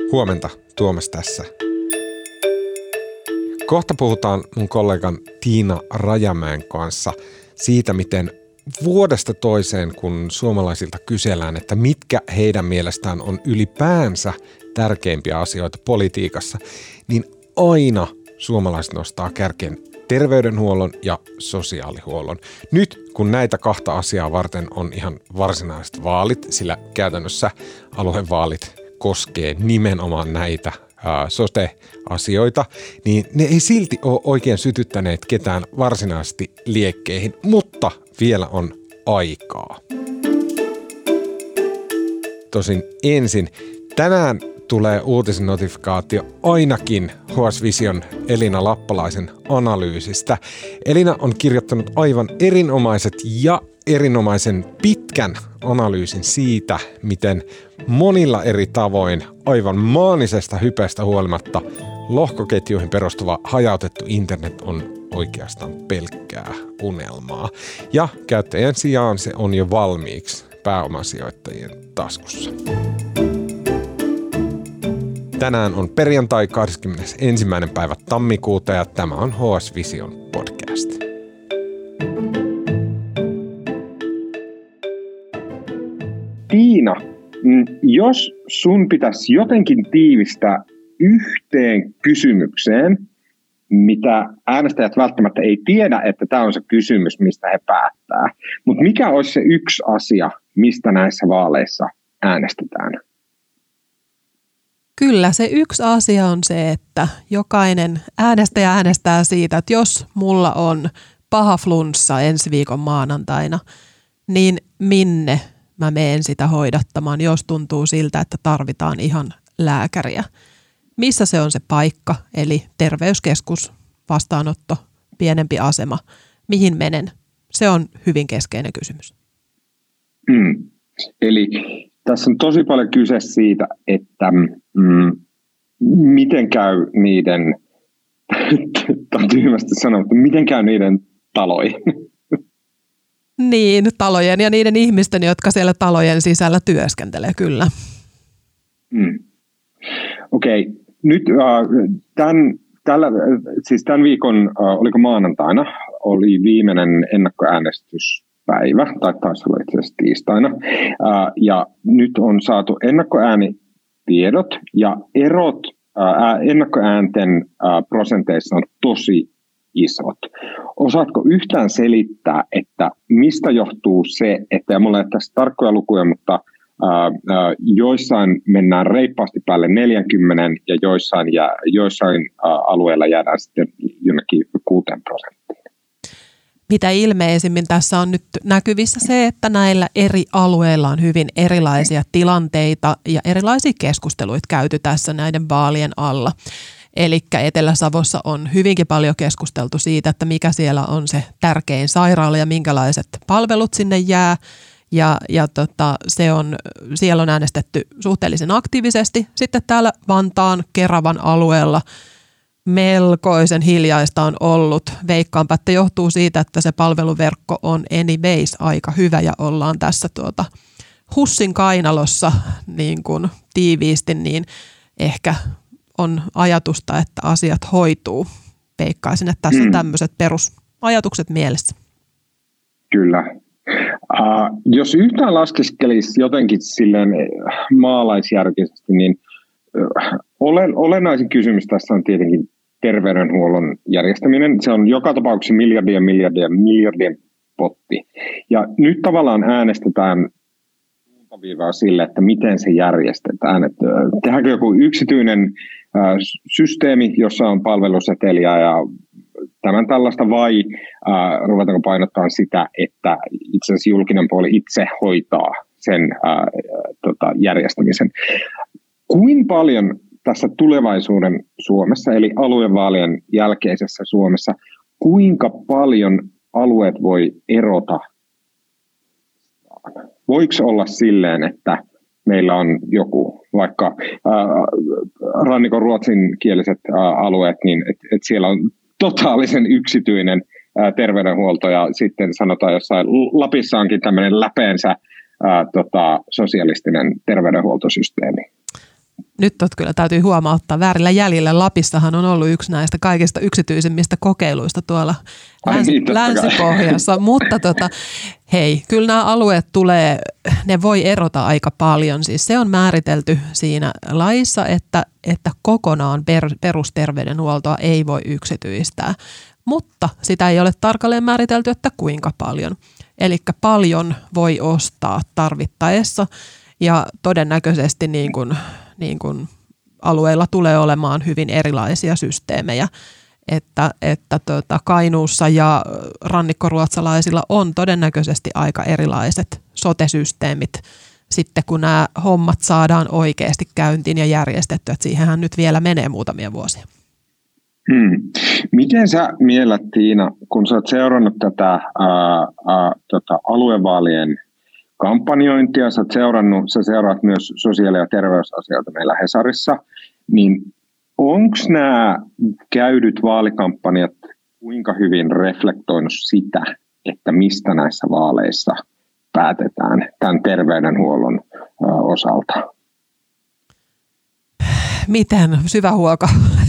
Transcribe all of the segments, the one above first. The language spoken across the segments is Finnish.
Huomenta, Tuomas tässä. Kohta puhutaan mun kollegan Tiina Rajamäen kanssa siitä, miten vuodesta toiseen, kun suomalaisilta kysellään, että mitkä heidän mielestään on ylipäänsä tärkeimpiä asioita politiikassa, niin aina suomalaiset nostaa kärkeen terveydenhuollon ja sosiaalihuollon. Nyt kun näitä kahta asiaa varten on ihan varsinaiset vaalit, sillä käytännössä aluevaalit koskee nimenomaan näitä sote-asioita, niin ne ei silti ole oikein sytyttäneet ketään varsinaisesti liekkeihin, mutta vielä on aikaa. Tosin ensin tänään tulee uutisnotifikaatio ainakin HS Vision Elina Lappalaisen analyysistä. Elina on kirjoittanut aivan erinomaisen pitkän analyysin siitä, miten monilla eri tavoin aivan maanisesta hypeestä huolimatta lohkoketjuihin perustuva hajautettu internet on oikeastaan pelkkää unelmaa. Ja käyttäjän sijaan se on jo valmiiksi pääomasijoittajien taskussa. Tänään on perjantai 21. päivä tammikuuta ja tämä on HS Vision podcast. Tiina, jos sun pitäisi jotenkin tiivistää yhteen kysymykseen, mitä äänestäjät välttämättä ei tiedä, että tämä on se kysymys, mistä he päättää. Mutta mikä olisi se yksi asia, mistä näissä vaaleissa äänestetään? Kyllä, se yksi asia on se, että jokainen äänestäjä äänestää siitä, että jos mulla on paha flunssa ensi viikon maanantaina, niin minne mä menen sitä hoidattamaan, jos tuntuu siltä, että tarvitaan ihan lääkäriä. Missä se on se paikka, eli terveyskeskus, vastaanotto, pienempi asema, mihin menen? Se on hyvin keskeinen kysymys. Eli tässä on tosi paljon kyse siitä, että miten käy niiden, tyhmästi sanoa, mutta miten käy niiden talojen? Niin, talojen ja niiden ihmisten, jotka siellä talojen sisällä työskentelee, kyllä. Okei, nyt tämän viikon, oliko maanantaina, oli viimeinen ennakkoäänestyspäivä, tai taisi olla itse asiassa tiistaina, ja nyt on saatu ennakkoäänitiedot, ja erot ennakkoäänten prosenteissa on tosi isot. Osaatko yhtään selittää, että mistä johtuu se, että, ja mulla ei ole tässä tarkkoja lukuja, mutta joissain mennään reippaasti päälle 40 ja joissain alueilla jäädään sitten jonnekin 6%. Mitä ilmeisimmin tässä on nyt näkyvissä se, että näillä eri alueilla on hyvin erilaisia tilanteita ja erilaisia keskusteluita käyty tässä näiden vaalien alla. Eli Etelä-Savossa on hyvinkin paljon keskusteltu siitä, että mikä siellä on se tärkein sairaala ja minkälaiset palvelut sinne jää. Siellä on äänestetty suhteellisen aktiivisesti. Sitten täällä Vantaan Keravan alueella melkoisen hiljaista on ollut. Veikkaanpa, että johtuu siitä, että se palveluverkko on anyways aika hyvä ja ollaan tässä HUSin kainalossa niin kuin tiiviisti, niin ehkä on ajatusta, että asiat hoituu. Veikkaisin, että tässä on tämmöiset perusajatukset mielessä. Kyllä. Jos yhtään laskeskelisi jotenkin silleen maalaisjärkisesti, niin olennaisin kysymys tässä on tietenkin terveydenhuollon järjestäminen. Se on joka tapauksessa miljardien potti. Ja nyt tavallaan äänestetään suuntaviivaa sille, että miten se järjestetään. Että tehdäänkö joku yksityinen systeemi, jossa on palveluseteliä ja tämän tällaista, vai ruvetaanko painottaa sitä, että itse asiassa julkinen puoli itse hoitaa sen järjestämisen. Kuinka paljon tässä tulevaisuuden Suomessa, eli aluevaalien jälkeisessä Suomessa, kuinka paljon alueet voi erota? Voiko olla silleen, että meillä on joku, vaikka rannikon ruotsinkieliset alueet, niin että siellä on totaalisen yksityinen terveydenhuolto, ja sitten sanotaan jossain Lapissa onkin tämmöinen läpeensä sosialistinen terveydenhuoltosysteemi. nyt kyllä täytyy huomauttaa väärillä jäljillä. Lapissahan on ollut yksi näistä kaikista yksityisimmistä kokeiluista tuolla Länsi-Pohjassa, mutta hei, kyllä nämä alueet ne voi erota aika paljon. Siis se on määritelty siinä laissa, että kokonaan perusterveydenhuoltoa ei voi yksityistää, mutta sitä ei ole tarkalleen määritelty, että kuinka paljon. Eli paljon voi ostaa tarvittaessa ja todennäköisesti niin kuin alueilla tulee olemaan hyvin erilaisia systeemejä, että Kainuussa ja rannikkoruotsalaisilla on todennäköisesti aika erilaiset sote-systeemit sitten, kun nämä hommat saadaan oikeasti käyntiin ja järjestettyä, että siihenhän nyt vielä menee muutamia vuosia. Miten sä mielät, Tiina, kun sä oot seurannut tätä aluevaalien kampanjointia, sä seuraat myös sosiaali- ja terveysasioita meillä Hesarissa, niin onko nämä käydyt vaalikampanjat kuinka hyvin reflektoinut sitä, että mistä näissä vaaleissa päätetään tämän terveydenhuollon osalta? Miten? Syvä huoko.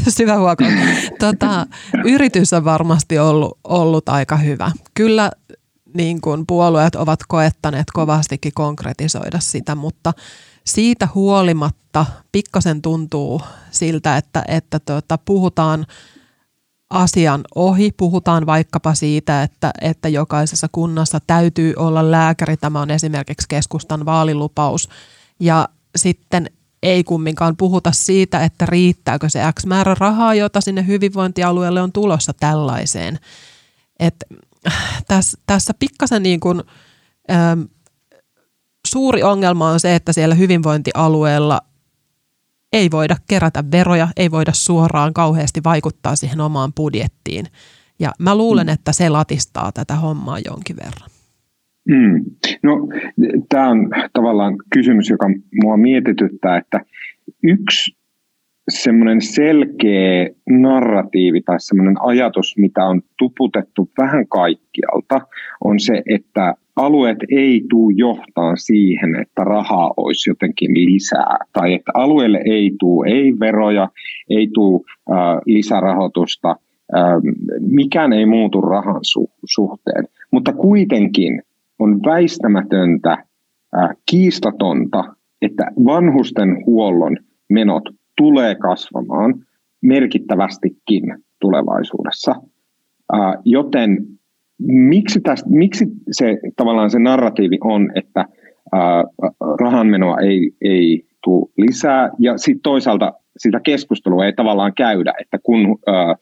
Yritys on varmasti ollut aika hyvä. Kyllä niin kuin puolueet ovat koettaneet kovastikin konkretisoida sitä, mutta siitä huolimatta pikkasen tuntuu siltä, että puhutaan asian ohi. Puhutaan vaikkapa siitä, että jokaisessa kunnassa täytyy olla lääkäri. Tämä on esimerkiksi keskustan vaalilupaus. Ja sitten ei kumminkaan puhuta siitä, että riittääkö se X määrä rahaa, jota sinne hyvinvointialueelle on tulossa tällaiseen. Tässä pikkasen niin kuin, suuri ongelma on se, että siellä hyvinvointialueella ei voida kerätä veroja, ei voida suoraan kauheasti vaikuttaa siihen omaan budjettiin. Ja mä luulen, että se latistaa tätä hommaa jonkin verran. No, tämä on tavallaan kysymys, joka mua mietityttää, että yksi semmoinen selkeä narratiivi tai semmoinen ajatus, mitä on tuputettu vähän kaikkialta, on se, että alueet ei tule johtaa siihen, että rahaa olisi jotenkin lisää, tai että alueelle ei tule veroja, ei tule lisärahoitusta, mikään ei muutu rahan suhteen, mutta kuitenkin on väistämätöntä, kiistatonta, että vanhustenhuollon menot tulee kasvamaan merkittävästikin tulevaisuudessa. Joten miksi se tavallaan se narratiivi on, että rahanmenoa ei tule lisää, ja sitten toisaalta sitä keskustelua ei tavallaan käydä, että kun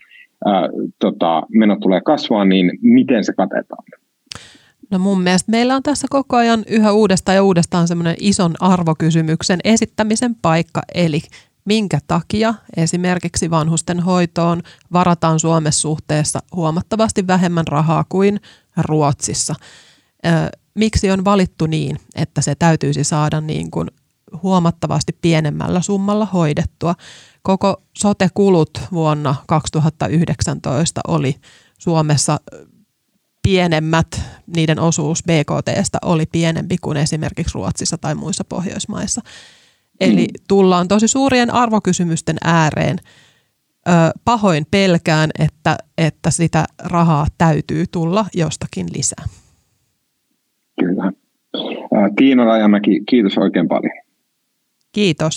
menot tulee kasvaa, niin miten se katetaan? No mun mielestä meillä on tässä koko ajan yhä uudestaan semmoinen ison arvokysymyksen esittämisen paikka, eli minkä takia esimerkiksi vanhusten hoitoon varataan Suomessa suhteessa huomattavasti vähemmän rahaa kuin Ruotsissa. Miksi on valittu niin, että se täytyisi saada niin kuin huomattavasti pienemmällä summalla hoidettua? Koko sote-kulut vuonna 2019 oli Suomessa pienemmät, niiden osuus BKT:stä oli pienempi kuin esimerkiksi Ruotsissa tai muissa Pohjoismaissa. Eli tullaan tosi suurien arvokysymysten ääreen. Pahoin pelkään, että sitä rahaa täytyy tulla jostakin lisää. Kyllä. Tiina Rajamäki, kiitos oikein paljon. Kiitos.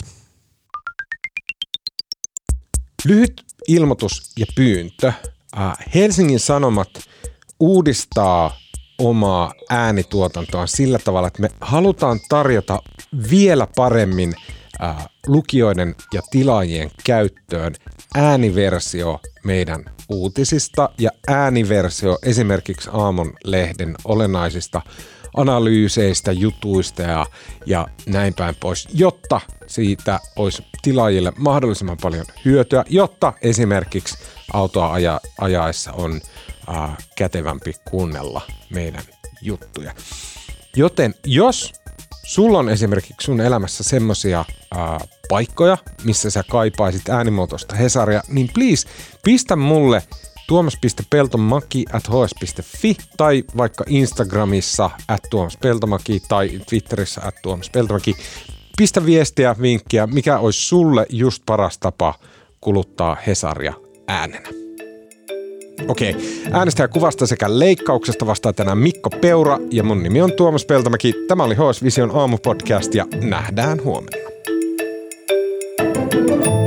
Lyhyt ilmoitus ja pyyntö. Helsingin Sanomat uudistaa omaa äänituotantoa sillä tavalla, että me halutaan tarjota vielä paremmin lukijoiden ja tilaajien käyttöön ääniversio meidän uutisista ja ääniversio esimerkiksi Aamun-lehden olennaisista analyyseistä, jutuista ja näin päin pois, jotta siitä olisi tilaajille mahdollisimman paljon hyötyä, jotta esimerkiksi autoa ajaessa on kätevämpi kuunnella meidän juttuja. Joten jos sulla on esimerkiksi sun elämässä semmosia paikkoja, missä sä kaipaisit äänimuotoista Hesaria, niin please pistä mulle tuomas.peltomaki@hs.fi tai vaikka Instagramissa @tuomaspeltomaki tai Twitterissä @tuomaspeltomaki. pistä viestiä, vinkkiä, mikä olisi sulle just paras tapa kuluttaa Hesaria äänenä. Okei, äänestä ja kuvasta sekä leikkauksesta vastaa tänään Mikko Peura ja mun nimi on Tuomas Peltomäki. Tämä oli HS Vision aamupodcast ja nähdään huomenna.